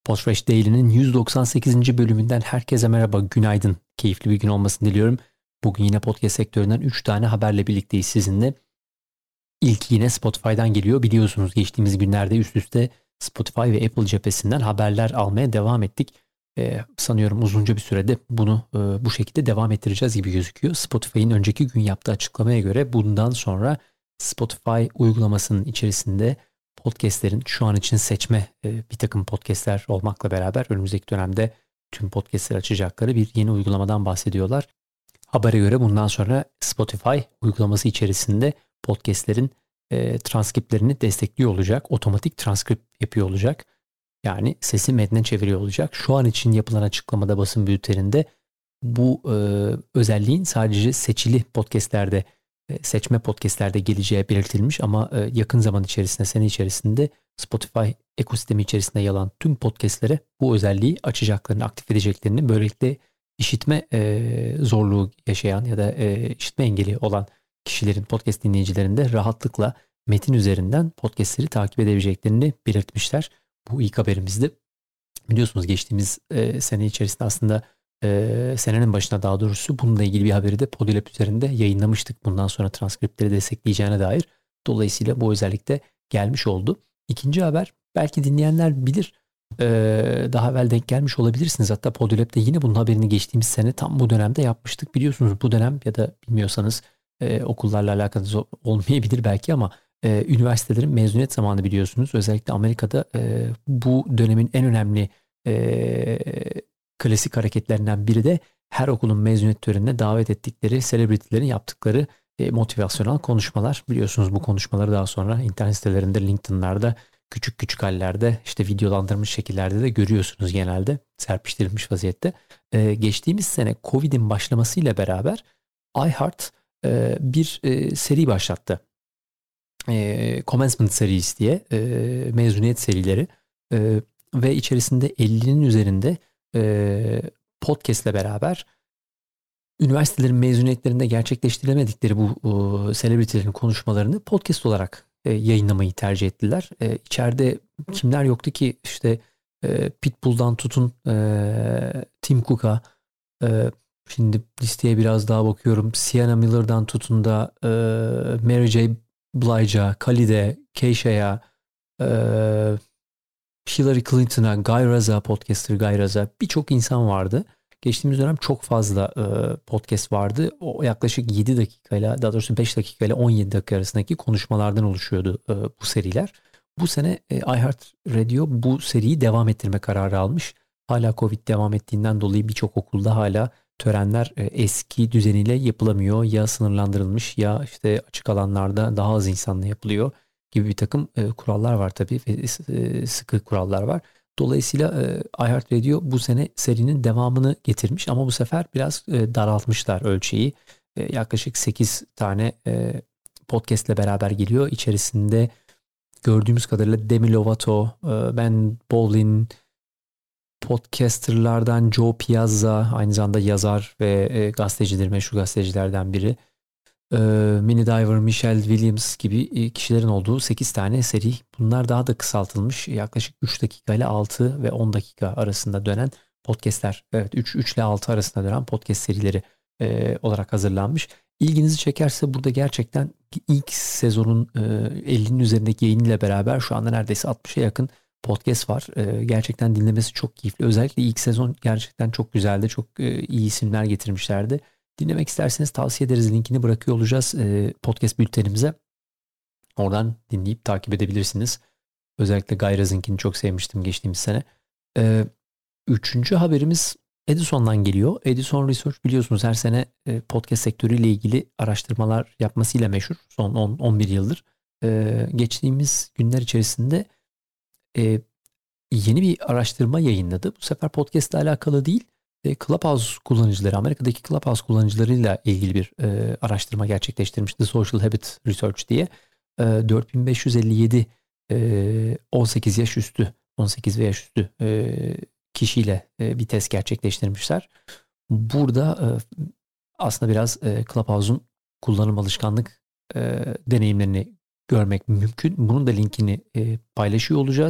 Podfresh Daily'nin 198. bölümünden herkese merhaba, günaydın. Keyifli bir gün olmasını diliyorum. Bugün yine podcast sektöründen 3 tane haberle birlikteyiz sizinle. İlk yine Spotify'dan geliyor. Biliyorsunuz geçtiğimiz günlerde üst üste Spotify ve Apple cephesinden haberler almaya devam ettik. Sanıyorum uzunca bir sürede bunu bu şekilde devam ettireceğiz gibi gözüküyor. Spotify'ın önceki gün yaptığı açıklamaya göre bundan sonra Spotify uygulamasının içerisinde podcastlerin şu an için seçme bir takım podcastler olmakla beraber önümüzdeki dönemde tüm podcastleri açacakları bir yeni uygulamadan bahsediyorlar. Habere göre bundan sonra Spotify uygulaması içerisinde podcastlerin transkriplerini destekliyor olacak. Otomatik transkript yapıyor olacak. Yani sesi metne çeviriyor olacak. Şu an için yapılan açıklamada basın bülteninde bu özelliğin sadece seçili podcastlerde, seçme podcastlerde geleceği belirtilmiş ama yakın zaman içerisinde, sene içerisinde Spotify ekosistemi içerisinde yer alan tüm podcastlere bu özelliği açacaklarını, aktif edeceklerini, böylelikle işitme zorluğu yaşayan ya da işitme engeli olan kişilerin, podcast dinleyicilerin de rahatlıkla metin üzerinden podcastleri takip edebileceklerini belirtmişler. Bu ilk haberimizdi. Biliyorsunuz geçtiğimiz sene içerisinde aslında senenin başına daha doğrusu bununla ilgili bir haberi de Podilab üzerinde yayınlamıştık. Bundan sonra transkriptleri destekleyeceğine dair. Dolayısıyla bu özellik de gelmiş oldu. İkinci haber, belki dinleyenler bilir. Daha evvel denk gelmiş olabilirsiniz. Hatta Podilab'de yine bunun haberini geçtiğimiz sene tam bu dönemde yapmıştık. Biliyorsunuz bu dönem, ya da bilmiyorsanız okullarla alakalı olmayabilir belki ama üniversitelerin mezuniyet zamanı biliyorsunuz. Özellikle Amerika'da bu dönemin en önemli klasik hareketlerinden biri de her okulun mezuniyet törenine davet ettikleri selebritilerin yaptıkları motivasyonel konuşmalar. Biliyorsunuz bu konuşmaları daha sonra internet sitelerinde, LinkedIn'larda, küçük küçük hallerde, işte videolandırılmış şekillerde de görüyorsunuz, genelde serpiştirilmiş vaziyette. Geçtiğimiz sene Covid'in başlamasıyla beraber iHeart bir seri başlattı. Commencement serisi diye, mezuniyet serileri ve içerisinde 50'nin üzerinde podcast ile beraber üniversitelerin mezuniyetlerinde gerçekleştiremedikleri bu celebrity'lerin konuşmalarını podcast olarak yayınlamayı tercih ettiler. İçeride kimler yoktu ki? İşte Pitbull'dan tutun Tim Cook'a, şimdi listeye biraz daha bakıyorum. Sienna Miller'dan tutun da Mary J. Blige'a, Khalid'e, Keisha'ya, Hillary Clinton'a, Guy Raz'a, podcaster Guy Raz'a, birçok insan vardı. Geçtiğimiz dönem çok fazla podcast vardı. O yaklaşık 7 dakikayla, daha doğrusu 5 dakikayla 17 dakika arasındaki konuşmalardan oluşuyordu bu seriler. Bu sene iHeart Radio bu seriyi devam ettirme kararı almış. Hala Covid devam ettiğinden dolayı birçok okulda hala törenler eski düzeniyle yapılamıyor. Ya sınırlandırılmış ya işte açık alanlarda daha az insanla yapılıyor gibi bir takım kurallar var tabii ve sıkı kurallar var. Dolayısıyla iHeart Radio bu sene serinin devamını getirmiş ama bu sefer biraz daraltmışlar ölçeği. Yaklaşık 8 tane podcast ile beraber geliyor. İçerisinde gördüğümüz kadarıyla Demi Lovato, Ben Bowlin, podcasterlardan Joe Piazza, aynı zamanda yazar ve gazetecidir, meşhur gazetecilerden biri. Mini Diver, Michelle Williams gibi kişilerin olduğu 8 tane seri. Bunlar daha da kısaltılmış. Yaklaşık 3 dakika ile 6 ve 10 dakika arasında dönen podcastler. Evet, 3 ile 6 arasında dönen podcast serileri olarak hazırlanmış. İlginizi çekerse burada gerçekten ilk sezonun 50'nin üzerindeki yayınıyla beraber şu anda neredeyse 60'a yakın podcast var. Gerçekten dinlemesi çok keyifli. Özellikle ilk sezon gerçekten çok güzeldi. Çok iyi isimler getirmişlerdi. Dinlemek isterseniz tavsiye ederiz. Linkini bırakıyor olacağız podcast bültenimize. Oradan dinleyip takip edebilirsiniz. Özellikle Guy Raz'inkini çok sevmiştim geçtiğimiz sene. Üçüncü haberimiz Edison'dan geliyor. Edison Research biliyorsunuz her sene podcast sektörüyle ilgili araştırmalar yapmasıyla meşhur. Son 10-11 yıldır. Geçtiğimiz günler içerisinde yeni bir araştırma yayınladı. Bu sefer podcast ile alakalı değil. Clubhouse kullanıcıları, Amerika'daki Clubhouse kullanıcılarıyla ilgili bir araştırma gerçekleştirmişti. Social Habit Research diye. 4557 18 yaş üstü, 18 ve yaş üstü kişiyle bir test gerçekleştirmişler. Burada aslında biraz Clubhouse'un kullanım alışkanlık deneyimlerini görmek mümkün. Bunun da linkini paylaşıyor olacağız.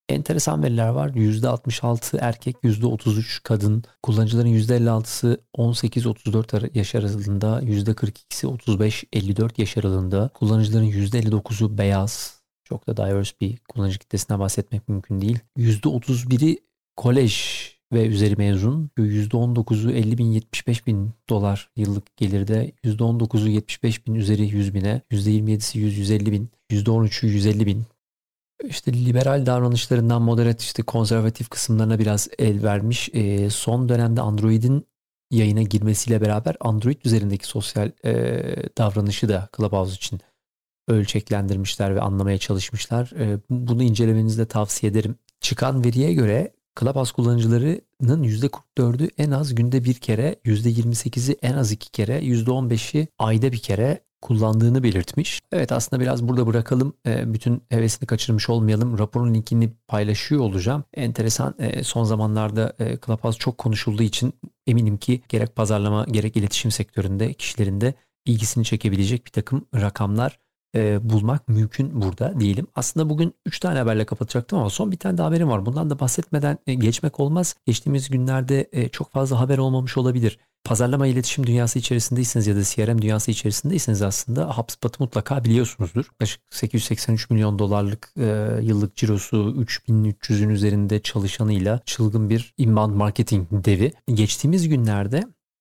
enteresan veriler var. %66 erkek, %33 kadın. Kullanıcıların %56'sı 18-34 yaş aralığında, %42'si 35-54 yaş aralığında. Kullanıcıların %59'u beyaz. Çok da diverse bir kullanıcı kitlesinden bahsetmek mümkün değil. %31'i kolej ve üzeri mezun. %19'u 50 bin 75 bin dolar yıllık gelirde. %19'u 75 bin üzeri 100 bine. %27'si 100-150 bin. %13'ü 150 bin. İşte liberal davranışlarından moderat işte konservatif kısımlarına biraz el vermiş. Son dönemde Android'in yayına girmesiyle beraber Android üzerindeki sosyal davranışı da Clubhouse için ölçeklendirmişler ve anlamaya çalışmışlar. Bunu incelemenizi de tavsiye ederim. Çıkan veriye göre Clubhouse kullanıcılarının %44'ü en az günde bir kere, %28'i en az 2 kere, %15'i ayda bir kere kullandığını belirtmiş. Evet, aslında biraz burada bırakalım. Bütün hevesini kaçırmış olmayalım. Raporun linkini paylaşıyor olacağım. Enteresan, son zamanlarda Clubhouse çok konuşulduğu için eminim ki gerek pazarlama gerek iletişim sektöründe kişilerin de ilgisini çekebilecek bir takım rakamlar bulmak mümkün burada diyelim. Aslında bugün 3 tane haberle kapatacaktım ama son bir tane daha haberim var. Bundan da bahsetmeden geçmek olmaz. Geçtiğimiz günlerde çok fazla haber olmamış olabilir. Pazarlama iletişim dünyası içerisindeyseniz ya da CRM dünyası içerisindeyseniz aslında HubSpot'u mutlaka biliyorsunuzdur. Yaklaşık 883 milyon dolarlık yıllık cirosu, 3300'ün üzerinde çalışanıyla çılgın bir inbound marketing devi. Geçtiğimiz günlerde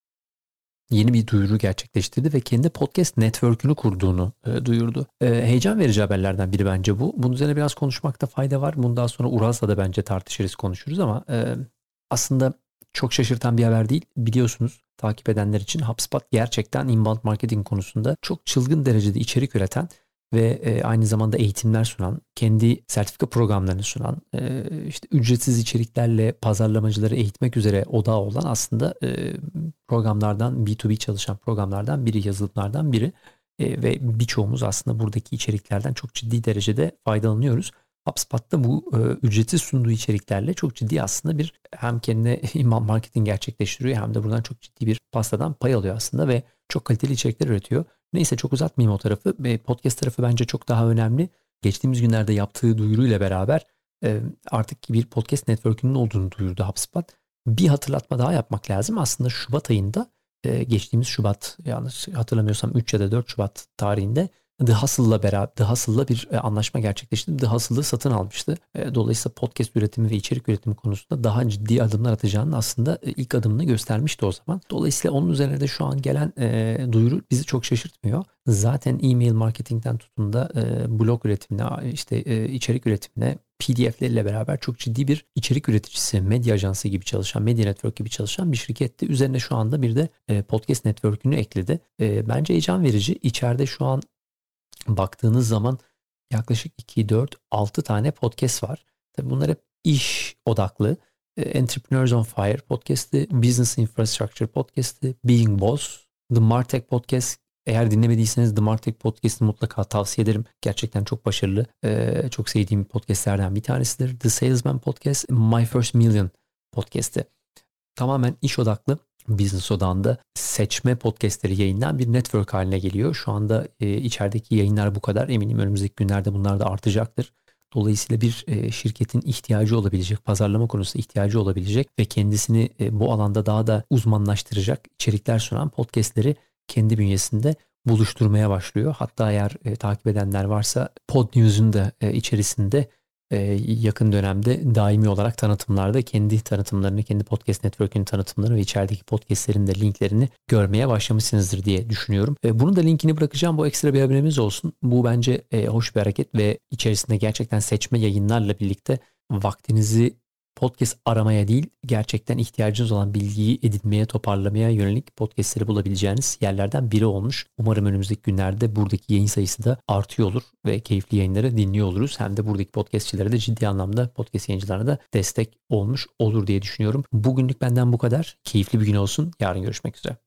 yeni bir duyuru gerçekleştirdi ve kendi podcast network'ünü kurduğunu duyurdu. Heyecan verici haberlerden biri bence bu. Bunun üzerine biraz konuşmakta fayda var. Bundan sonra Ural'sa da bence tartışırız, konuşuruz ama aslında çok şaşırtan bir haber değil. Biliyorsunuz, takip edenler için HubSpot gerçekten inbound marketing konusunda çok çılgın derecede içerik üreten ve aynı zamanda eğitimler sunan, kendi sertifika programlarını sunan, işte ücretsiz içeriklerle pazarlamacıları eğitmek üzere odağı olan aslında programlardan, B2B çalışan programlardan biri, yazılımlardan biri. Ve birçoğumuz aslında buradaki içeriklerden çok ciddi derecede faydalanıyoruz. HubSpot'ta bu ücretsiz sunduğu içeriklerle çok ciddi aslında bir hem kendine inbound marketing gerçekleştiriyor hem de buradan çok ciddi bir pastadan pay alıyor aslında ve çok kaliteli içerikler üretiyor. Neyse, çok uzatmayayım o tarafı. Podcast tarafı bence çok daha önemli. Geçtiğimiz günlerde yaptığı duyuruyla beraber artık bir podcast network'ünün olduğunu duyurdu HubSpot. Bir hatırlatma daha yapmak lazım. Aslında Şubat ayında, geçtiğimiz Şubat, yanlış hatırlamıyorsam 3 ya da 4 Şubat tarihinde The Hustle'la bir anlaşma gerçekleştirdi. The Hustle'ı satın almıştı. Dolayısıyla podcast üretimi ve içerik üretimi konusunda daha ciddi adımlar atacağını aslında ilk adımını göstermişti o zaman. Dolayısıyla onun üzerine de şu an gelen duyuru bizi çok şaşırtmıyor. Zaten e-mail marketingten tutun da blog üretimine, işte içerik üretimine, PDF'lerle beraber çok ciddi bir içerik üreticisi, medya ajansı gibi çalışan, medya network gibi çalışan bir şirketti. Üzerine şu anda bir de podcast network'ünü ekledi. Bence heyecan verici. İçeride şu an baktığınız zaman yaklaşık 2, 4, 6 tane podcast var. Tabii bunlar hep iş odaklı. Entrepreneurs on Fire podcast'i, Business Infrastructure podcast'i, Being Boss, The Martech podcast. Eğer dinlemediyseniz The Martech podcast'ini mutlaka tavsiye ederim. Gerçekten çok başarılı. Çok sevdiğim podcast'lerden bir tanesidir. The Salesman podcast, My First Million podcast'i. Tamamen iş odaklı, business odağında seçme podcastleri yayınlayan bir network haline geliyor. Şu anda içerideki yayınlar bu kadar. Eminim önümüzdeki günlerde bunlar da artacaktır. Dolayısıyla bir şirketin ihtiyacı olabilecek, pazarlama konusunda ihtiyacı olabilecek ve kendisini bu alanda daha da uzmanlaştıracak içerikler sunan podcastleri kendi bünyesinde buluşturmaya başlıyor. Hatta eğer takip edenler varsa PodNews'un da içerisinde yakın dönemde daimi olarak tanıtımlarda kendi tanıtımlarını, kendi podcast network'ünün tanıtımlarını ve içerideki podcastlerin de linklerini görmeye başlamışsınızdır diye düşünüyorum. Bunun da linkini bırakacağım. Bu ekstra bir haberimiz olsun. Bu bence hoş bir hareket ve içerisinde gerçekten seçme yayınlarla birlikte vaktinizi podcast aramaya değil, gerçekten ihtiyacınız olan bilgiyi edinmeye, toparlamaya yönelik podcastleri bulabileceğiniz yerlerden biri olmuş. Umarım önümüzdeki günlerde buradaki yayın sayısı da artıyor olur ve keyifli yayınları dinliyor oluruz. Hem de buradaki podcastçilere de ciddi anlamda, podcast yayıncılarına da destek olmuş olur diye düşünüyorum. Bugünlük benden bu kadar. Keyifli bir gün olsun. Yarın görüşmek üzere.